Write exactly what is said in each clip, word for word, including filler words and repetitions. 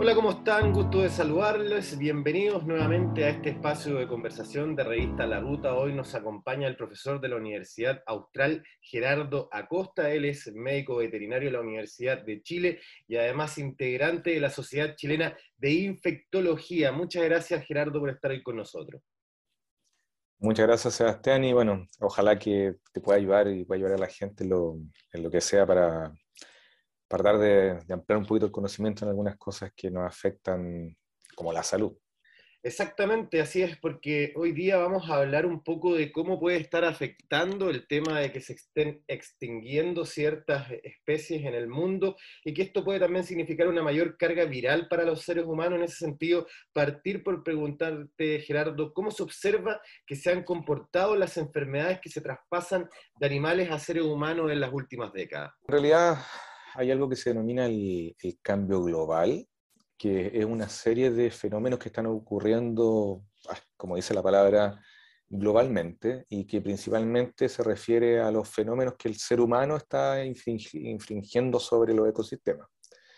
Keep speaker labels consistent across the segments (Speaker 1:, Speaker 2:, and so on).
Speaker 1: Hola, ¿cómo están? Gusto de saludarles. Bienvenidos nuevamente a este espacio de conversación de Revista La Ruta. Hoy nos acompaña el profesor de la Universidad Austral, Gerardo Acosta. Él es médico veterinario de la Universidad de Chile y además integrante de la Sociedad Chilena de Infectología. Muchas gracias, Gerardo, por estar hoy con nosotros.
Speaker 2: Muchas gracias, Sebastián, y bueno, ojalá que te pueda ayudar y pueda ayudar a la gente en lo, en lo que sea para, para dar de, de ampliar un poquito el conocimiento en algunas cosas que nos afectan, como la salud.
Speaker 1: Exactamente, así es, porque hoy día vamos a hablar un poco de cómo puede estar afectando el tema de que se estén extinguiendo ciertas especies en el mundo y que esto puede también significar una mayor carga viral para los seres humanos. En ese sentido, partir por preguntarte, Gerardo, ¿cómo se observa que se han comportado las enfermedades que se traspasan de animales a seres humanos en las últimas décadas?
Speaker 2: En realidad hay algo que se denomina el, el cambio global, que es una serie de fenómenos que están ocurriendo, ah, como dice la palabra, globalmente, y que principalmente se refiere a los fenómenos que el ser humano está infringi- infringiendo sobre los ecosistemas.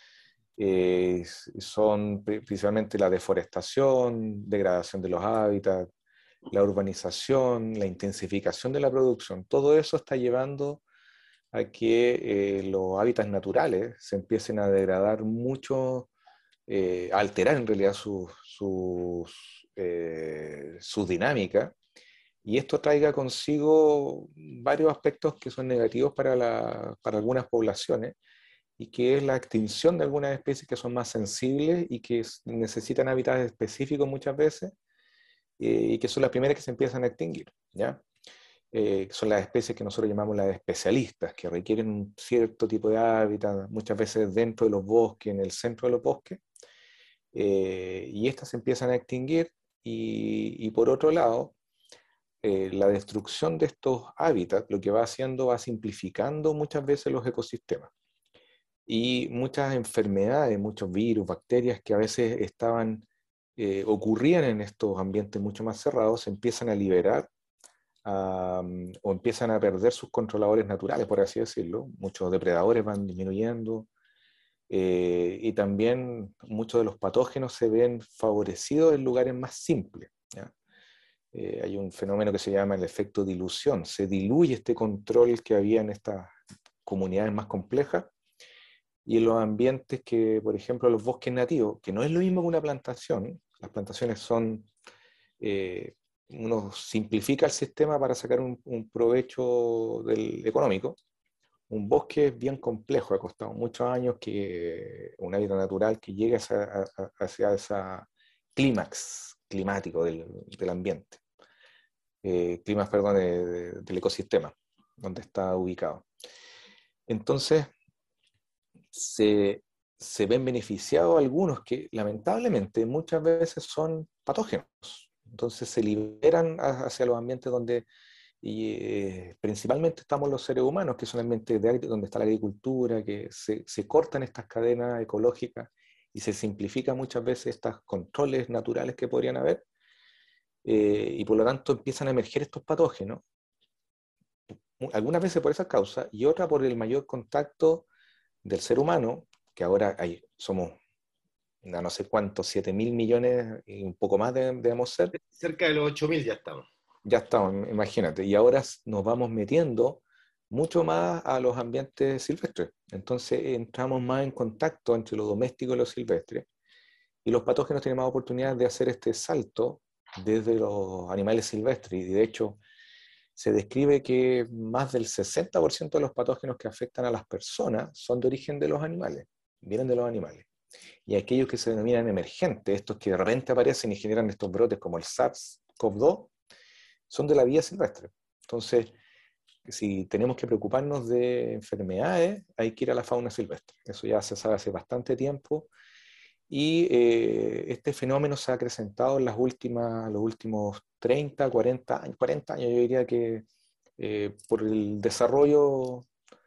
Speaker 2: Eh, son pri- principalmente la deforestación, degradación de los hábitats, la urbanización, la intensificación de la producción. Todo eso está llevando a que eh, los hábitats naturales se empiecen a degradar mucho, eh, a alterar en realidad sus sus eh, sus dinámicas, y esto traiga consigo varios aspectos que son negativos para, la, para algunas poblaciones, y que es la extinción de algunas especies que son más sensibles y que necesitan hábitats específicos muchas veces, eh, y que son las primeras que se empiezan a extinguir, ¿ya? Eh, son las especies que nosotros llamamos las especialistas, que requieren un cierto tipo de hábitat, muchas veces dentro de los bosques, en el centro de los bosques, eh, y estas se empiezan a extinguir, y, y por otro lado, eh, la destrucción de estos hábitats lo que va haciendo va simplificando muchas veces los ecosistemas. Y muchas enfermedades, muchos virus, bacterias que a veces estaban, eh, ocurrían en estos ambientes mucho más cerrados, se empiezan a liberar, um, o empiezan a perder sus controladores naturales, por así decirlo. Muchos depredadores van disminuyendo, eh, y también muchos de los patógenos se ven favorecidos en lugares más simples, ¿ya? Eh, hay un fenómeno que se llama el efecto dilución. Se diluye este control que había en estas comunidades más complejas, y en los ambientes que, por ejemplo, los bosques nativos, que no es lo mismo que una plantación. Las plantaciones son, eh, uno simplifica el sistema para sacar un, un provecho del, económico. Un bosque es bien complejo, ha costado muchos años que un hábitat natural que llegue hacia, a, hacia ese clímax climático del, del ambiente, eh, clímax, perdón, de, de, del ecosistema, donde está ubicado. Entonces, se, se ven beneficiados algunos que lamentablemente muchas veces son patógenos. Entonces se liberan hacia los ambientes donde, y, eh, principalmente estamos los seres humanos, que son ambientes de, donde está la agricultura, que se, se cortan estas cadenas ecológicas y se simplifican muchas veces estos controles naturales que podrían haber, eh, y por lo tanto empiezan a emerger estos patógenos, algunas veces por esa causa y otra por el mayor contacto del ser humano, que ahora hay, somos no, no sé cuántos, siete mil millones y un poco más de, debemos ser.
Speaker 1: Cerca de los ocho mil ya estamos.
Speaker 2: Ya estamos, imagínate, y ahora nos vamos metiendo mucho más a los ambientes silvestres. Entonces entramos más en contacto entre lo doméstico y lo silvestre, y los patógenos tienen más oportunidades de hacer este salto desde los animales silvestres. Y de hecho, se describe que más del sesenta por ciento de los patógenos que afectan a las personas son de origen de los animales, vienen de los animales. Y aquellos que se denominan emergentes, estos que de repente aparecen y generan estos brotes como el SARS-CoV dos, son de la vida silvestre. Entonces, si tenemos que preocuparnos de enfermedades, hay que ir a la fauna silvestre. Eso ya se sabe hace bastante tiempo, y eh, este fenómeno se ha acrecentado en las últimas, los últimos treinta, cuarenta años, cuarenta años, yo diría que, eh, por el desarrollo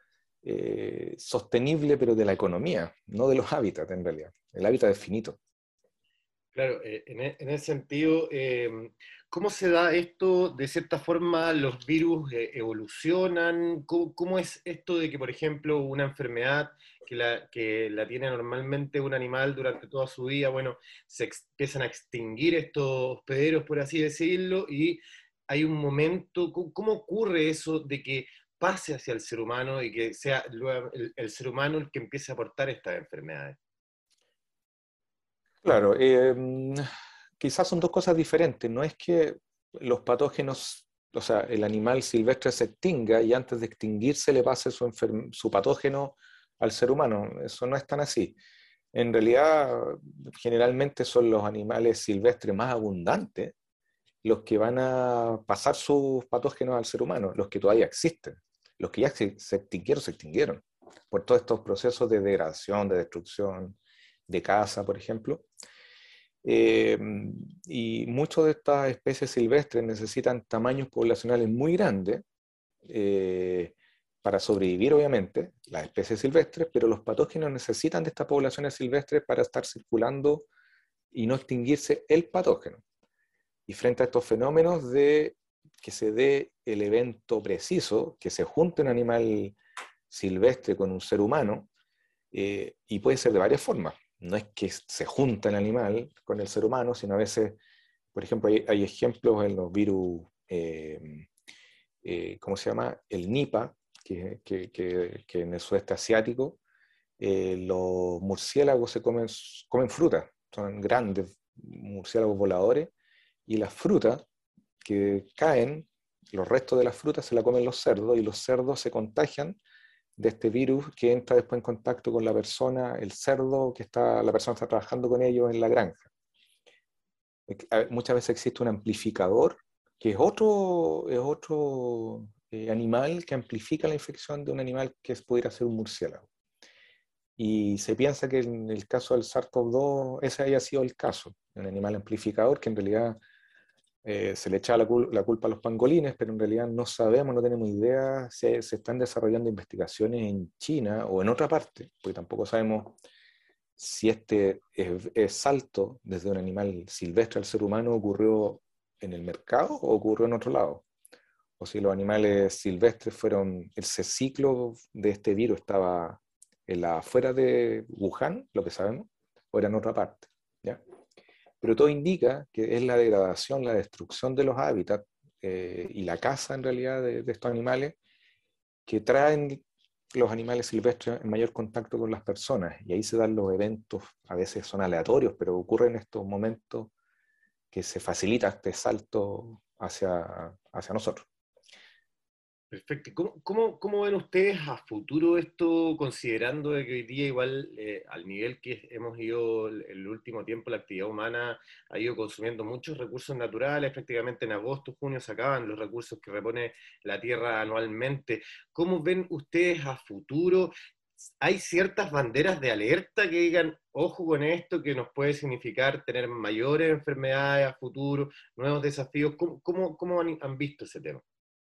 Speaker 2: eh, sostenible, pero de la economía, no de los hábitats en realidad. El hábitat es finito.
Speaker 1: Claro, eh, en, e- en ese sentido, eh, ¿cómo se da esto? De cierta forma, ¿los virus eh, evolucionan? ¿Cómo, cómo es esto de que, por ejemplo, una enfermedad que la, que la tiene normalmente un animal durante toda su vida, bueno, se ex- empiezan a extinguir estos hospederos, por así decirlo, y hay un momento, ¿cómo, cómo ocurre eso de que pase hacia el ser humano y que sea luego el, el ser humano el que empiece a aportar estas enfermedades?
Speaker 2: Claro, eh, quizás son dos cosas diferentes. No es que los patógenos, o sea, el animal silvestre se extinga y antes de extinguirse le pase su, enfer- su patógeno al ser humano. Eso no es tan así. En realidad, generalmente son los animales silvestres más abundantes los que van a pasar sus patógenos al ser humano, los que todavía existen. Los que ya se, se extinguieron, se extinguieron por todos estos procesos de degradación, de destrucción, de caza, por ejemplo. Eh, y muchas de estas especies silvestres necesitan tamaños poblacionales muy grandes eh, para sobrevivir, obviamente, las especies silvestres, pero los patógenos necesitan de estas poblaciones silvestres para estar circulando y no extinguirse el patógeno. Y frente a estos fenómenos de que se dé el evento preciso, que se junte un animal silvestre con un ser humano, eh, y puede ser de varias formas. No es que se junta el animal con el ser humano, sino a veces, por ejemplo, hay, hay ejemplos en los virus, eh, eh, ¿cómo se llama? El Nipah, que, que, que, que en el sudeste asiático, eh, los murciélagos se comen, comen frutas, son grandes murciélagos voladores, y las frutas que caen, los restos de las frutas se la comen los cerdos, y los cerdos se contagian de este virus que entra después en contacto con la persona, el cerdo que está, la persona está trabajando con ellos en la granja. Muchas veces existe un amplificador, que es otro, es otro eh, animal que amplifica la infección de un animal que pudiera ser un murciélago. Y se piensa que en el caso del SARS-CoV dos ese haya sido el caso, un animal amplificador que en realidad eh, se le echaba la, cul la, culpa a los pangolines, pero en realidad no sabemos, no tenemos idea si se están desarrollando investigaciones en China o en otra parte, porque tampoco sabemos si este es, es salto desde un animal silvestre al ser humano ocurrió en el mercado o ocurrió en otro lado. O si los animales silvestres fueron, ese ciclo de este virus estaba en la afuera de Wuhan, lo que sabemos, o era en otra parte. ¿Ya? Pero todo indica que es la degradación, la destrucción de los hábitats eh, y la caza en realidad de, de estos animales que traen los animales silvestres en mayor contacto con las personas. Y ahí se dan los eventos, a veces son aleatorios, pero ocurren estos momentos que se facilita este salto hacia, hacia nosotros.
Speaker 1: Perfecto. ¿Cómo, cómo, cómo ven ustedes a futuro esto, considerando de que hoy día igual eh, al nivel que hemos ido el, el último tiempo, la actividad humana ha ido consumiendo muchos recursos naturales, prácticamente en agosto, junio se acaban los recursos que repone la Tierra anualmente. ¿Cómo ven ustedes a futuro? ¿Hay ciertas banderas de alerta que digan, ojo con esto, que nos puede significar tener mayores enfermedades a futuro, nuevos desafíos? ¿Cómo, cómo, cómo han, han visto ese tema?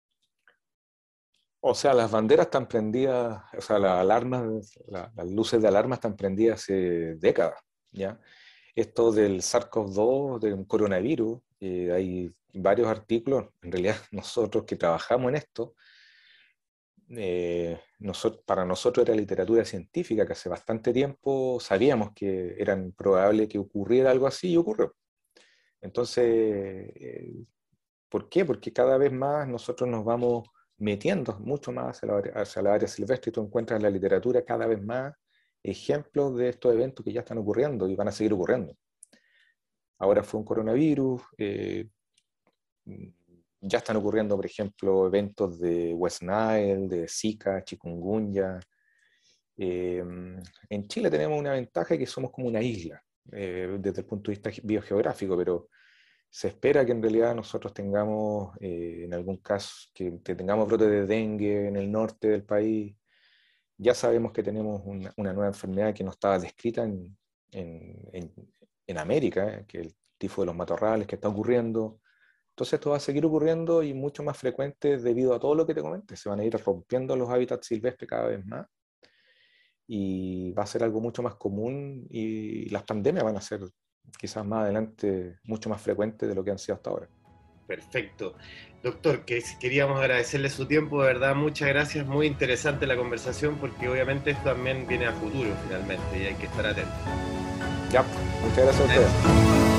Speaker 2: O sea, las banderas están prendidas, o sea, las alarmas, la- las luces de alarma están prendidas hace décadas, ¿ya? Esto del SARS-CoV dos, del coronavirus, eh, hay varios artículos, en realidad nosotros que trabajamos en esto, eh, nosotros, para nosotros era literatura científica, que hace bastante tiempo sabíamos que era probable que ocurriera algo así y ocurrió. Entonces, eh, ¿por qué? Porque cada vez más nosotros nos vamos metiendo mucho más hacia la, hacia la área silvestre y tú encuentras en la literatura cada vez más ejemplos de estos eventos que ya están ocurriendo y van a seguir ocurriendo. Ahora fue un coronavirus, eh, ya están ocurriendo, por ejemplo, eventos de West Nile, de Zika, chikungunya. Eh, en Chile tenemos una ventaja que somos como una isla eh, desde el punto de vista biogeográfico, pero se espera que en realidad nosotros tengamos, eh, en algún caso, que, que tengamos brotes de dengue en el norte del país. Ya sabemos que tenemos una, una nueva enfermedad que no estaba descrita en, en, en, en América, eh, que es el tifo de los matorrales que está ocurriendo. Entonces esto va a seguir ocurriendo y mucho más frecuente debido a todo lo que te comenté. Se van a ir rompiendo los hábitats silvestres cada vez más y va a ser algo mucho más común y las pandemias van a ser quizás más adelante mucho más frecuentes de lo que han sido hasta ahora.
Speaker 1: Perfecto. Doctor, que queríamos agradecerle su tiempo, de verdad, muchas gracias, muy interesante la conversación, porque obviamente esto también viene a futuro finalmente y hay que estar atentos.
Speaker 2: Ya, muchas gracias a ustedes.